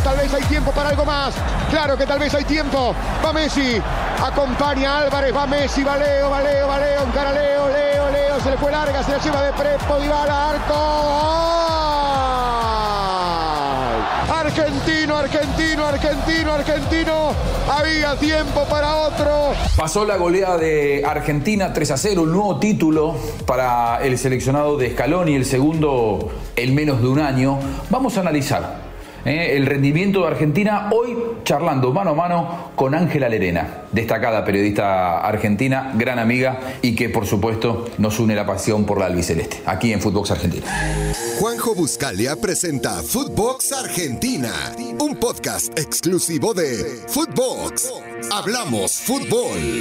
tal vez hay tiempo para algo más. Claro que tal vez hay tiempo. Va Messi, acompaña a Álvarez, va Messi, va Leo, encara Leo, se le fue larga, se la lleva de Prepo, Dybala, arco. Argentino, había tiempo para otro. Pasó la goleada de Argentina 3-0, un nuevo título para el seleccionado de Scaloni, el segundo en menos de un año. Vamos a analizar el rendimiento de Argentina hoy charlando mano a mano con Ángela Lerena, destacada periodista argentina, gran amiga y que por supuesto nos une la pasión por la albiceleste, aquí en Footbox Argentina. Juanjo Buscalia presenta Footbox Argentina, un podcast exclusivo de Footbox. Hablamos fútbol.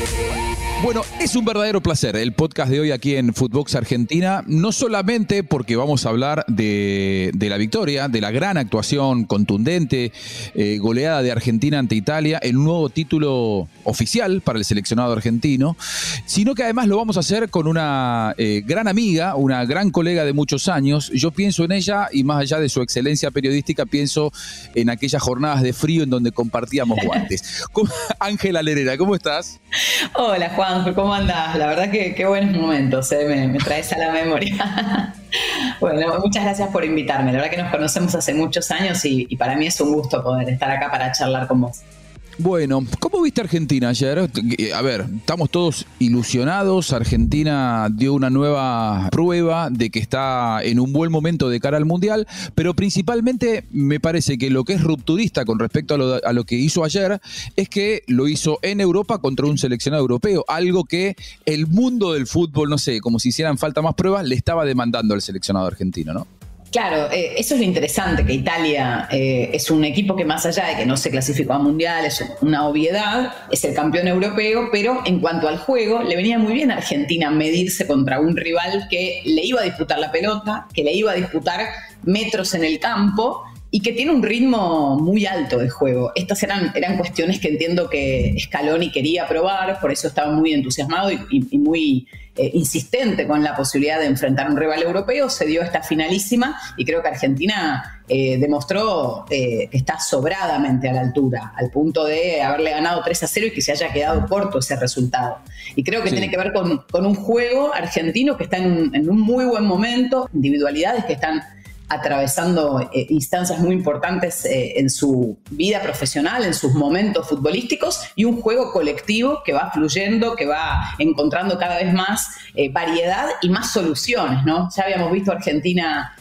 Bueno, es un verdadero placer el podcast de hoy aquí en Footbox Argentina, no solamente porque vamos a hablar de la victoria, de la gran actuación contundente, goleada de Argentina ante Italia, el nuevo título oficial para el seleccionado argentino, sino que además lo vamos a hacer con una gran amiga, una gran colega de muchos años. Yo pienso en ella y más allá de su excelencia periodística, pienso en aquellas jornadas de frío en donde compartíamos guantes. Ángela Lerena, ¿cómo estás? Hola Juanjo, ¿cómo andás? La verdad que qué buenos momentos, me traes a la memoria. Bueno, muchas gracias por invitarme. La verdad que nos conocemos hace muchos años y para mí es un gusto poder estar acá para charlar con vos. Bueno, ¿cómo viste Argentina ayer? A ver, estamos todos ilusionados. Argentina dio una nueva prueba de que está en un buen momento de cara al Mundial, pero principalmente me parece que lo que es rupturista con respecto a lo que hizo ayer es que lo hizo en Europa contra un seleccionado europeo, algo que el mundo del fútbol, no sé, como si hicieran falta más pruebas, le estaba demandando al seleccionado argentino, ¿no? Claro, eso es lo interesante, que Italia es un equipo que más allá de que no se clasificó a Mundial, es una obviedad, es el campeón europeo, pero en cuanto al juego, le venía muy bien a Argentina medirse contra un rival que le iba a disputar la pelota, que le iba a disputar metros en el campo y que tiene un ritmo muy alto de juego. Estas eran cuestiones que entiendo que Scaloni quería probar, por eso estaba muy entusiasmado y muy insistente con la posibilidad de enfrentar a un rival europeo. Se dio esta finalísima y creo que Argentina demostró que está sobradamente a la altura, al punto de haberle ganado 3-0 y que se haya quedado corto ese resultado. Y creo que tiene que ver con un juego argentino que está en un muy buen momento, individualidades que están atravesando instancias muy importantes en su vida profesional, en sus momentos futbolísticos, y un juego colectivo que va fluyendo, que va encontrando cada vez más variedad y más soluciones, ¿no? Ya habíamos visto a Argentina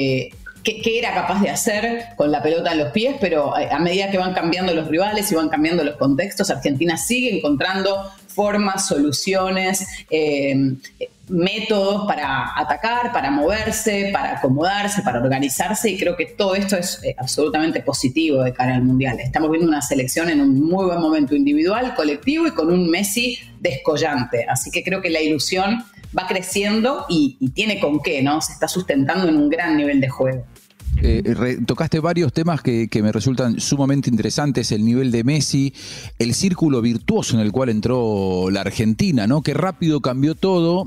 qué era capaz de hacer con la pelota en los pies, pero a medida que van cambiando los rivales y van cambiando los contextos, Argentina sigue encontrando formas, soluciones, métodos para atacar, para moverse, para acomodarse, para organizarse, y creo que todo esto es absolutamente positivo de cara al Mundial. Estamos viendo una selección en un muy buen momento individual, colectivo y con un Messi descollante, así que creo que la ilusión va creciendo y tiene con qué, ¿no? Se está sustentando en un gran nivel de juego. Tocaste varios temas que me resultan sumamente interesantes, el nivel de Messi, el círculo virtuoso en el cual entró la Argentina, ¿no? Que rápido cambió todo.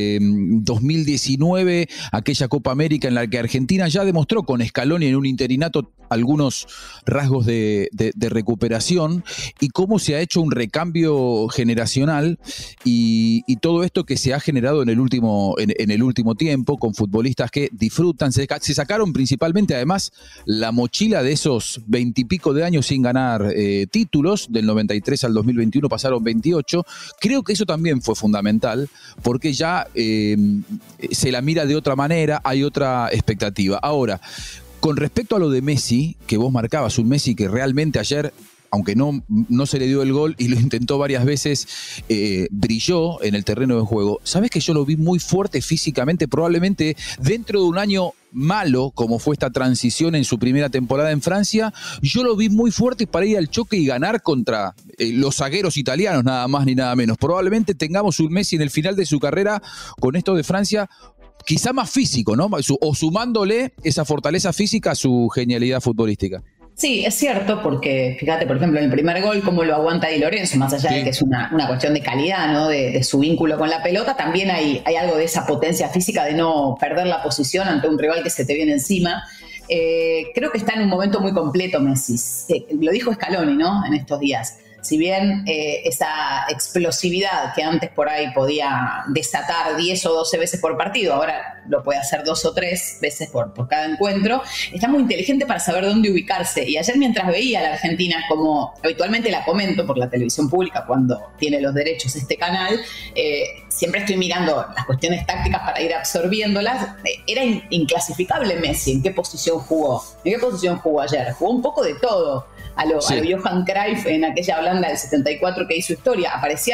2019, aquella Copa América en la que Argentina ya demostró con Scaloni en un interinato algunos rasgos de recuperación, y cómo se ha hecho un recambio generacional y todo esto que se ha generado en el último tiempo con futbolistas que disfrutan, se sacaron principalmente además la mochila de esos 20 y pico de años sin ganar títulos. Del 93 al 2021 pasaron 28. Creo que eso también fue fundamental porque ya se la mira de otra manera, hay otra expectativa. Ahora, con respecto a lo de Messi, que vos marcabas, un Messi que realmente ayer, aunque no se le dio el gol y lo intentó varias veces, brilló en el terreno de juego. ¿Sabés que yo lo vi muy fuerte físicamente? Probablemente dentro de un año malo, como fue esta transición en su primera temporada en Francia, yo lo vi muy fuerte para ir al choque y ganar contra los zagueros italianos, nada más ni nada menos. Probablemente tengamos un Messi en el final de su carrera con esto de Francia, quizá más físico, ¿no? O sumándole esa fortaleza física a su genialidad futbolística. Sí, es cierto, porque fíjate, por ejemplo, en el primer gol, cómo lo aguanta Di Lorenzo, más allá de que es una cuestión de calidad, ¿no? De su vínculo con la pelota, también hay algo de esa potencia física de no perder la posición ante un rival que se te viene encima. creo que está en un momento muy completo Messi. Lo dijo Scaloni, ¿no? En estos días. Si bien esa explosividad que antes por ahí podía desatar 10 o 12 veces por partido, ahora lo puede hacer 2 o 3 veces por cada encuentro, está muy inteligente para saber dónde ubicarse. Y ayer, mientras veía a la Argentina, como habitualmente la comento por la televisión pública cuando tiene los derechos este canal, siempre estoy mirando las cuestiones tácticas para ir absorbiéndolas. Era inclasificable Messi. ¿En qué posición jugó? ¿En qué posición jugó ayer? Jugó un poco de todo. A lo Johan Cruyff en aquella Holanda del 74 que hizo historia. Aparecía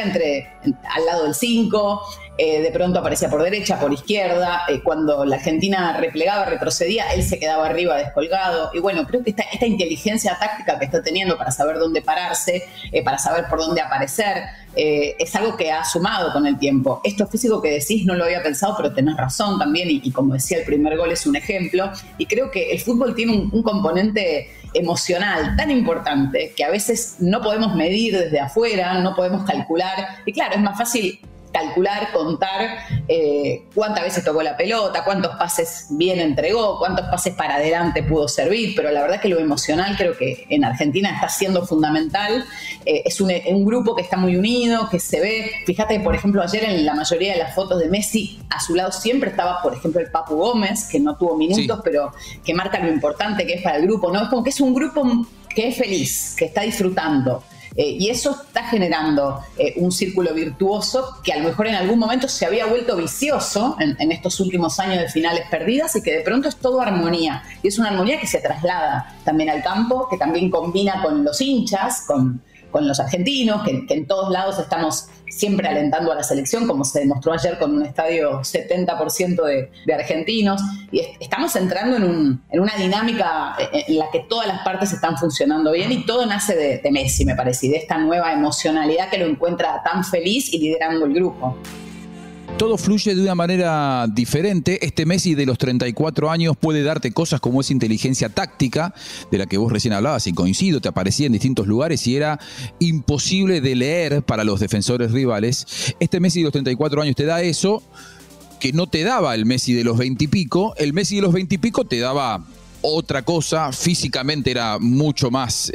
al lado del 5, de pronto aparecía por derecha, por izquierda. Cuando la Argentina replegaba, retrocedía, él se quedaba arriba descolgado. Y bueno, creo que esta inteligencia táctica que está teniendo para saber dónde pararse, para saber por dónde aparecer, es algo que ha sumado con el tiempo. Esto físico que decís no lo había pensado, pero tenés razón también, y como decía, el primer gol es un ejemplo. Y creo que el fútbol tiene un componente emocional tan importante que a veces no podemos medir desde afuera, no podemos calcular. Y claro, es más fácil calcular, contar cuántas veces tocó la pelota, cuántos pases bien entregó, cuántos pases para adelante pudo servir, pero la verdad que lo emocional creo que en Argentina está siendo fundamental. Es un grupo que está muy unido, que se ve. Fíjate, por ejemplo, ayer en la mayoría de las fotos de Messi, a su lado siempre estaba, por ejemplo, el Papu Gómez, que no tuvo minutos, pero que marca lo importante que es para el grupo, ¿no? Es como que es un grupo que es feliz, que está disfrutando. Y eso está generando un círculo virtuoso que a lo mejor en algún momento se había vuelto vicioso en estos últimos años de finales perdidas, y que de pronto es todo armonía. Y es una armonía que se traslada también al campo, que también combina con los hinchas, con los argentinos, que en todos lados estamos siempre alentando a la selección, como se demostró ayer con un estadio 70% de argentinos. Y estamos entrando en una dinámica en la que todas las partes están funcionando bien, y todo nace de Messi, me parece, y de esta nueva emocionalidad que lo encuentra tan feliz y liderando el grupo. Todo fluye de una manera diferente. Este Messi de los 34 años puede darte cosas como esa inteligencia táctica de la que vos recién hablabas, y coincido, te aparecía en distintos lugares y era imposible de leer para los defensores rivales. Este Messi de los 34 años te da eso que no te daba el Messi de los 20 y pico. El Messi de los 20 y pico te daba otra cosa, físicamente era mucho más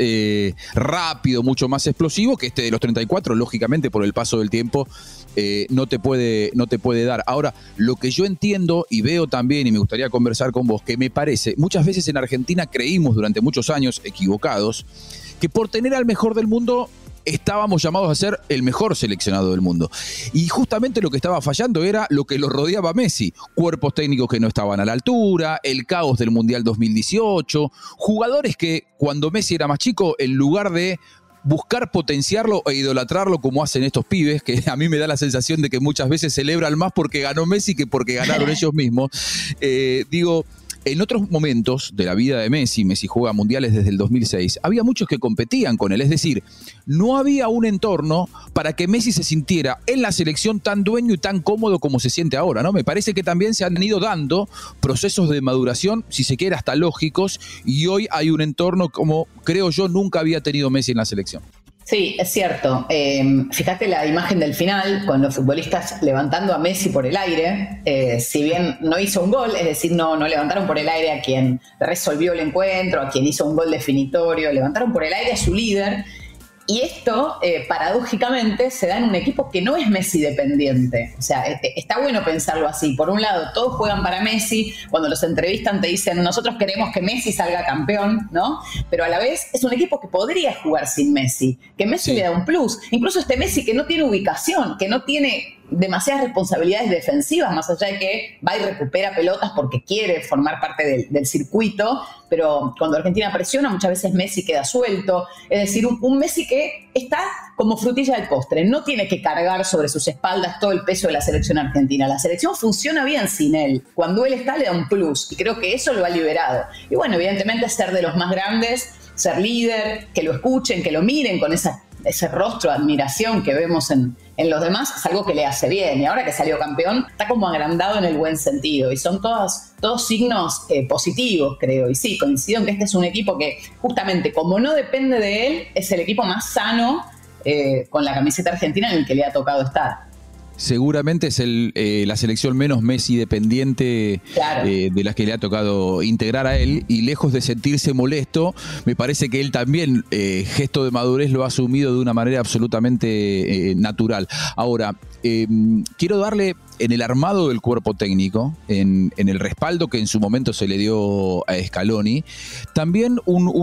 rápido, mucho más explosivo, que este de los 34, lógicamente por el paso del tiempo no te puede dar. Ahora, lo que yo entiendo y veo también, y me gustaría conversar con vos, que me parece, muchas veces en Argentina creímos durante muchos años, equivocados, que por tener al mejor del mundo estábamos llamados a ser el mejor seleccionado del mundo. Y justamente lo que estaba fallando era lo que lo rodeaba a Messi. Cuerpos técnicos que no estaban a la altura, el caos del Mundial 2018, jugadores que cuando Messi era más chico, en lugar de buscar potenciarlo e idolatrarlo como hacen estos pibes, que a mí me da la sensación de que muchas veces celebran más porque ganó Messi que porque ganaron ellos mismos. En otros momentos de la vida de Messi juega mundiales desde el 2006, había muchos que competían con él, es decir, no había un entorno para que Messi se sintiera en la selección tan dueño y tan cómodo como se siente ahora, ¿no? Me parece que también se han ido dando procesos de maduración, si se quiere hasta lógicos, y hoy hay un entorno como creo yo nunca había tenido Messi en la selección. Sí, es cierto. Fíjate la imagen del final, con los futbolistas levantando a Messi por el aire. Si bien no hizo un gol, es decir, no levantaron por el aire a quien resolvió el encuentro, a quien hizo un gol definitorio, levantaron por el aire a su líder. Y esto, paradójicamente, se da en un equipo que no es Messi dependiente. O sea, está bueno pensarlo así. Por un lado, todos juegan para Messi. Cuando los entrevistan te dicen, nosotros queremos que Messi salga campeón, ¿no? Pero a la vez es un equipo que podría jugar sin Messi, que Messi le da un plus. Incluso este Messi que no tiene ubicación, que no tiene demasiadas responsabilidades defensivas, más allá de que va y recupera pelotas porque quiere formar parte del circuito, pero cuando Argentina presiona muchas veces Messi queda suelto. Es decir, un Messi que está como frutilla del postre, no tiene que cargar sobre sus espaldas todo el peso de la selección argentina. La selección funciona bien sin él. Cuando él está le da un plus, y creo que eso lo ha liberado. Y bueno, evidentemente ser de los más grandes, ser líder, que lo escuchen, que lo miren con ese rostro de admiración que vemos en los demás, es algo que le hace bien. Y ahora que salió campeón, está como agrandado en el buen sentido. Y son todos signos positivos, creo. Y sí, coincido en que este es un equipo que, justamente, como no depende de él, es el equipo más sano con la camiseta argentina en el que le ha tocado estar. seguramente es la selección menos Messi dependiente, claro, de las que le ha tocado integrar a él, y lejos de sentirse molesto, me parece que él también, gesto de madurez, lo ha asumido de una manera absolutamente natural. Ahora, quiero darle, en el armado del cuerpo técnico, en el respaldo que en su momento se le dio a Scaloni, también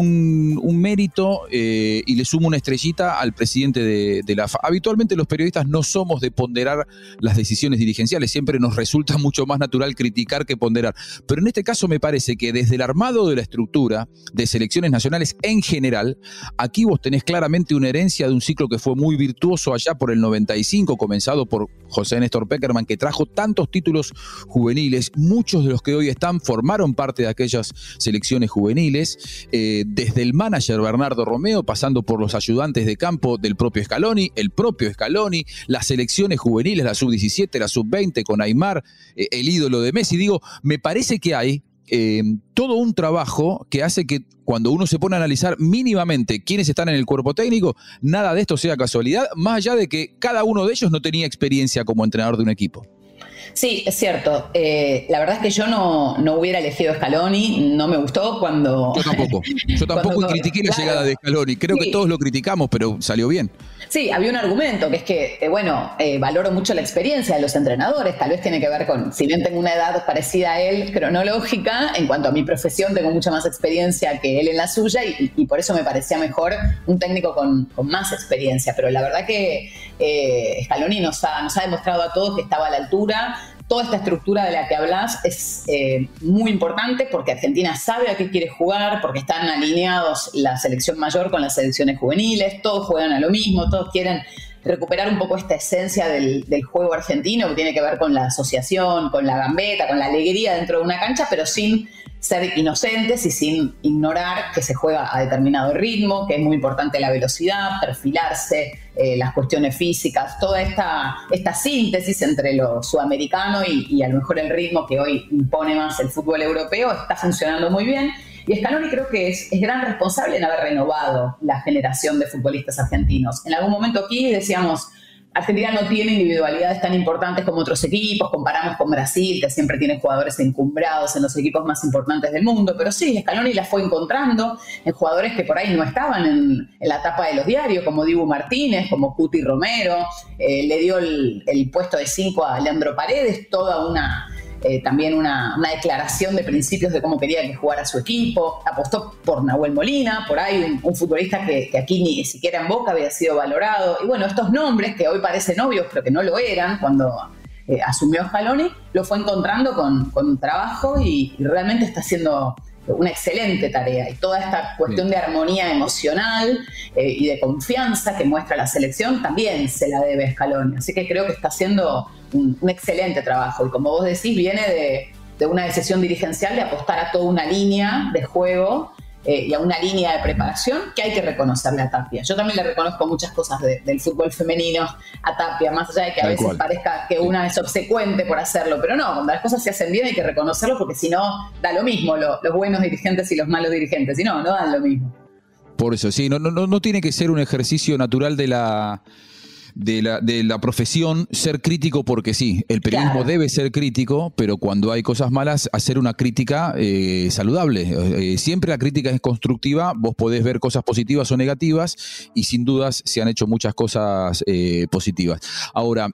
un mérito, y le sumo una estrellita al presidente de la AFA. Habitualmente los periodistas no somos de ponderar las decisiones dirigenciales, siempre nos resulta mucho más natural criticar que ponderar, pero en este caso me parece que desde el armado de la estructura de selecciones nacionales en general, aquí vos tenés claramente una herencia de un ciclo que fue muy virtuoso allá por el 95, comenzado por José Néstor Pekerman, que trajo tantos títulos juveniles. Muchos de los que hoy están formaron parte de aquellas selecciones juveniles, desde el manager Bernardo Romeo, pasando por los ayudantes de campo del propio Scaloni, el propio Scaloni, las selecciones juveniles, la sub-17, la sub-20 con Aimar, el ídolo de Messi. Digo, me parece que hay todo un trabajo que hace que cuando uno se pone a analizar mínimamente quiénes están en el cuerpo técnico, nada de esto sea casualidad, más allá de que cada uno de ellos no tenía experiencia como entrenador de un equipo. Sí, es cierto. La verdad es que yo no hubiera elegido a Scaloni, no me gustó cuando... Yo tampoco critiqué la llegada de Scaloni. Creo que todos lo criticamos, pero salió bien. Sí, había un argumento que es que, valoro mucho la experiencia de los entrenadores. Tal vez tiene que ver con, si bien tengo una edad parecida a él, cronológica, en cuanto a mi profesión tengo mucha más experiencia que él en la suya y por eso me parecía mejor un técnico con más experiencia. Pero la verdad que Scaloni nos ha demostrado a todos que estaba a la altura. Toda esta estructura de la que hablas es muy importante porque Argentina sabe a qué quiere jugar, porque están alineados la selección mayor con las selecciones juveniles, todos juegan a lo mismo, todos quieren recuperar un poco esta esencia del juego argentino que tiene que ver con la asociación, con la gambeta, con la alegría dentro de una cancha, pero sin ser inocentes y sin ignorar que se juega a determinado ritmo, que es muy importante la velocidad, perfilarse, las cuestiones físicas, toda esta síntesis entre lo sudamericano y a lo mejor el ritmo que hoy impone más el fútbol europeo está funcionando muy bien. Y Scaloni creo que es gran responsable en haber renovado la generación de futbolistas argentinos. En algún momento aquí decíamos, Argentina no tiene individualidades tan importantes como otros equipos, comparamos con Brasil, que siempre tiene jugadores encumbrados en los equipos más importantes del mundo, pero sí, Scaloni las fue encontrando en jugadores que por ahí no estaban en la tapa de los diarios, como Dibu Martínez, como Cuti Romero, le dio el puesto de 5 a Leandro Paredes, toda también una declaración de principios de cómo quería que jugara su equipo, apostó por Nahuel Molina, por ahí un futbolista que aquí ni siquiera en Boca había sido valorado, y bueno, estos nombres que hoy parecen obvios pero que no lo eran cuando asumió Scaloni, lo fue encontrando con trabajo y realmente está haciendo una excelente tarea, y toda esta cuestión de armonía emocional y de confianza que muestra la selección también se la debe a Scaloni, así que creo que está haciendo un excelente trabajo, y como vos decís, viene de una decisión dirigencial de apostar a toda una línea de juego y a una línea de preparación que hay que reconocerle a Tapia. Yo también le reconozco muchas cosas del fútbol femenino a Tapia, más allá de que a veces parezca que una es obsecuente por hacerlo, pero no, cuando las cosas se hacen bien hay que reconocerlo, porque si no, da lo mismo los buenos dirigentes y los malos dirigentes, si no dan lo mismo. Por eso, sí, no tiene que ser un ejercicio natural de la profesión ser crítico, porque sí, el periodismo debe ser crítico, pero cuando hay cosas malas, hacer una crítica saludable. Siempre la crítica es constructiva, vos podés ver cosas positivas o negativas, y sin dudas se han hecho muchas cosas positivas. Ahora,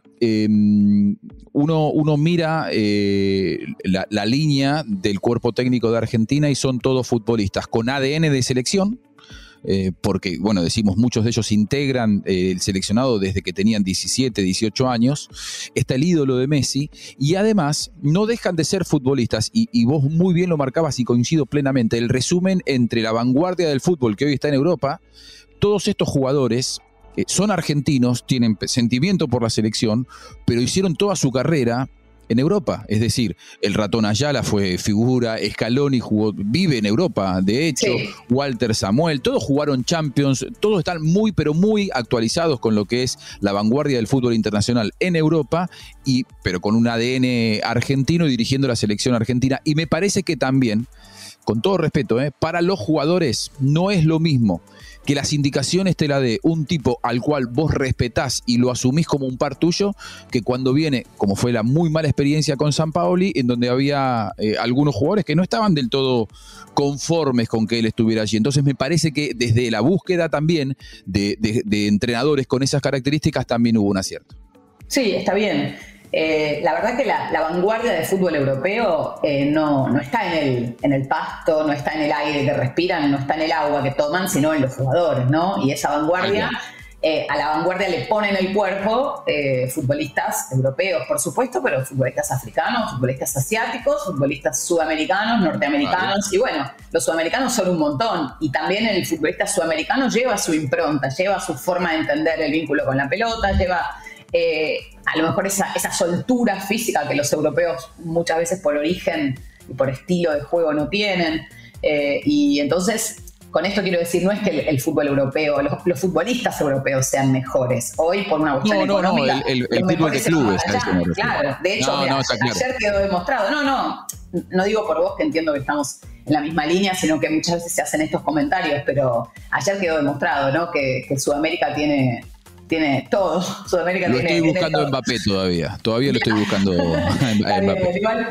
uno mira la línea del cuerpo técnico de Argentina y son todos futbolistas con ADN de selección, porque, bueno, decimos, muchos de ellos integran el seleccionado desde que tenían 17, 18 años. Está el ídolo de Messi, y además no dejan de ser futbolistas, y vos muy bien lo marcabas y coincido plenamente, el resumen entre la vanguardia del fútbol que hoy está en Europa. Todos estos jugadores son argentinos, tienen sentimiento por la selección, pero hicieron toda su carrera en Europa. Es decir, el Ratón Ayala fue figura, Scaloni vive en Europa, de hecho, sí. Walter Samuel, todos jugaron Champions, todos están muy, pero muy actualizados con lo que es la vanguardia del fútbol internacional en Europa, pero con un ADN argentino y dirigiendo la selección argentina. Y me parece que también, con todo respeto, para los jugadores no es lo mismo que las indicaciones te la dé un tipo al cual vos respetás y lo asumís como un par tuyo, que cuando viene, como fue la muy mala experiencia con Sampaoli, en donde había algunos jugadores que no estaban del todo conformes con que él estuviera allí. Entonces me parece que desde la búsqueda también de entrenadores con esas características también hubo un acierto. Sí, está bien. La verdad que la vanguardia del fútbol europeo no está en el pasto, no está en el aire que respiran, no está en el agua que toman, sino en los jugadores, ¿no? Y esa vanguardia, a la vanguardia le ponen el cuerpo futbolistas europeos, por supuesto, pero futbolistas africanos, futbolistas asiáticos, futbolistas sudamericanos, norteamericanos, y bueno, los sudamericanos son un montón, y también el futbolista sudamericano lleva su impronta, lleva su forma de entender el vínculo con la pelota, lleva... a lo mejor esa soltura física que los europeos muchas veces por origen y por estilo de juego no tienen. Y entonces, con esto quiero decir, no es que el fútbol europeo, los futbolistas europeos sean mejores. Hoy, por una cuestión económica... el fútbol de clubes. Claro, de hecho, ayer quedó demostrado. No digo por vos, que entiendo que estamos en la misma línea, sino que muchas veces se hacen estos comentarios, pero ayer quedó demostrado, ¿no? Que Sudamérica tiene todo. Sudamérica lo tiene, estoy buscando en Mbappé todavía lo estoy buscando en Mbappé. Igual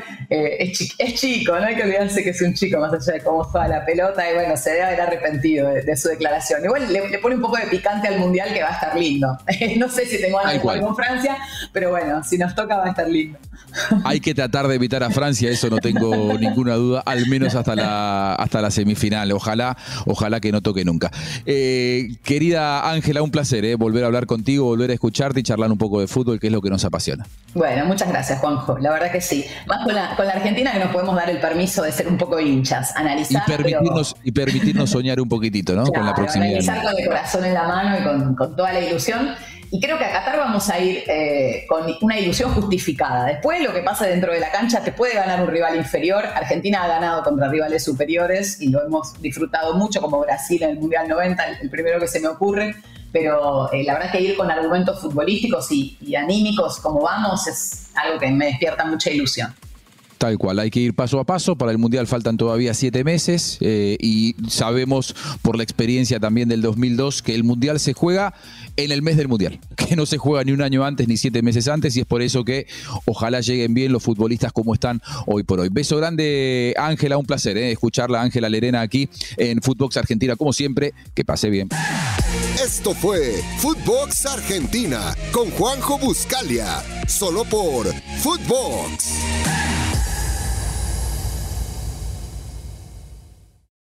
es chico, no hay que olvidarse que es un chico, más allá de cómo juega la pelota, y bueno, se debe haber arrepentido de su declaración. Igual le pone un poco de picante al Mundial, que va a estar lindo. No sé si tengo algo con Francia, pero bueno, si nos toca va a estar lindo. Hay que tratar de evitar a Francia, eso no tengo ninguna duda, al menos hasta la semifinal. Ojalá que no toque nunca. Querida Ángela, un placer volver a hablar contigo, volver a escucharte y charlar un poco de fútbol, que es lo que nos apasiona. Bueno, muchas gracias, Juanjo. La verdad que sí. Más con la Argentina, que nos podemos dar el permiso de ser un poco hinchas, analizar. Y permitirnos soñar un poquitito, ¿no? Claro, con la proximidad. Analizar con el corazón en la mano y con toda la ilusión. Y creo que a Qatar vamos a ir con una ilusión justificada. Después, lo que pasa dentro de la cancha, te puede ganar un rival inferior. Argentina ha ganado contra rivales superiores y lo hemos disfrutado mucho, como Brasil en el Mundial 90, el primero que se me ocurre. Pero la verdad es que ir con argumentos futbolísticos y anímicos como vamos es algo que me despierta mucha ilusión. Tal cual, hay que ir paso a paso. Para el Mundial faltan todavía 7 meses y sabemos por la experiencia también del 2002 que el Mundial se juega en el mes del Mundial, que no se juega ni un año antes ni 7 meses antes, y es por eso que ojalá lleguen bien los futbolistas como están hoy por hoy. Beso grande, Ángela, un placer escucharla, Ángela Lerena, aquí en Footbox Argentina, como siempre. Que pase bien. Esto fue Footbox Argentina con Juanjo Buscalia, solo por Footbox.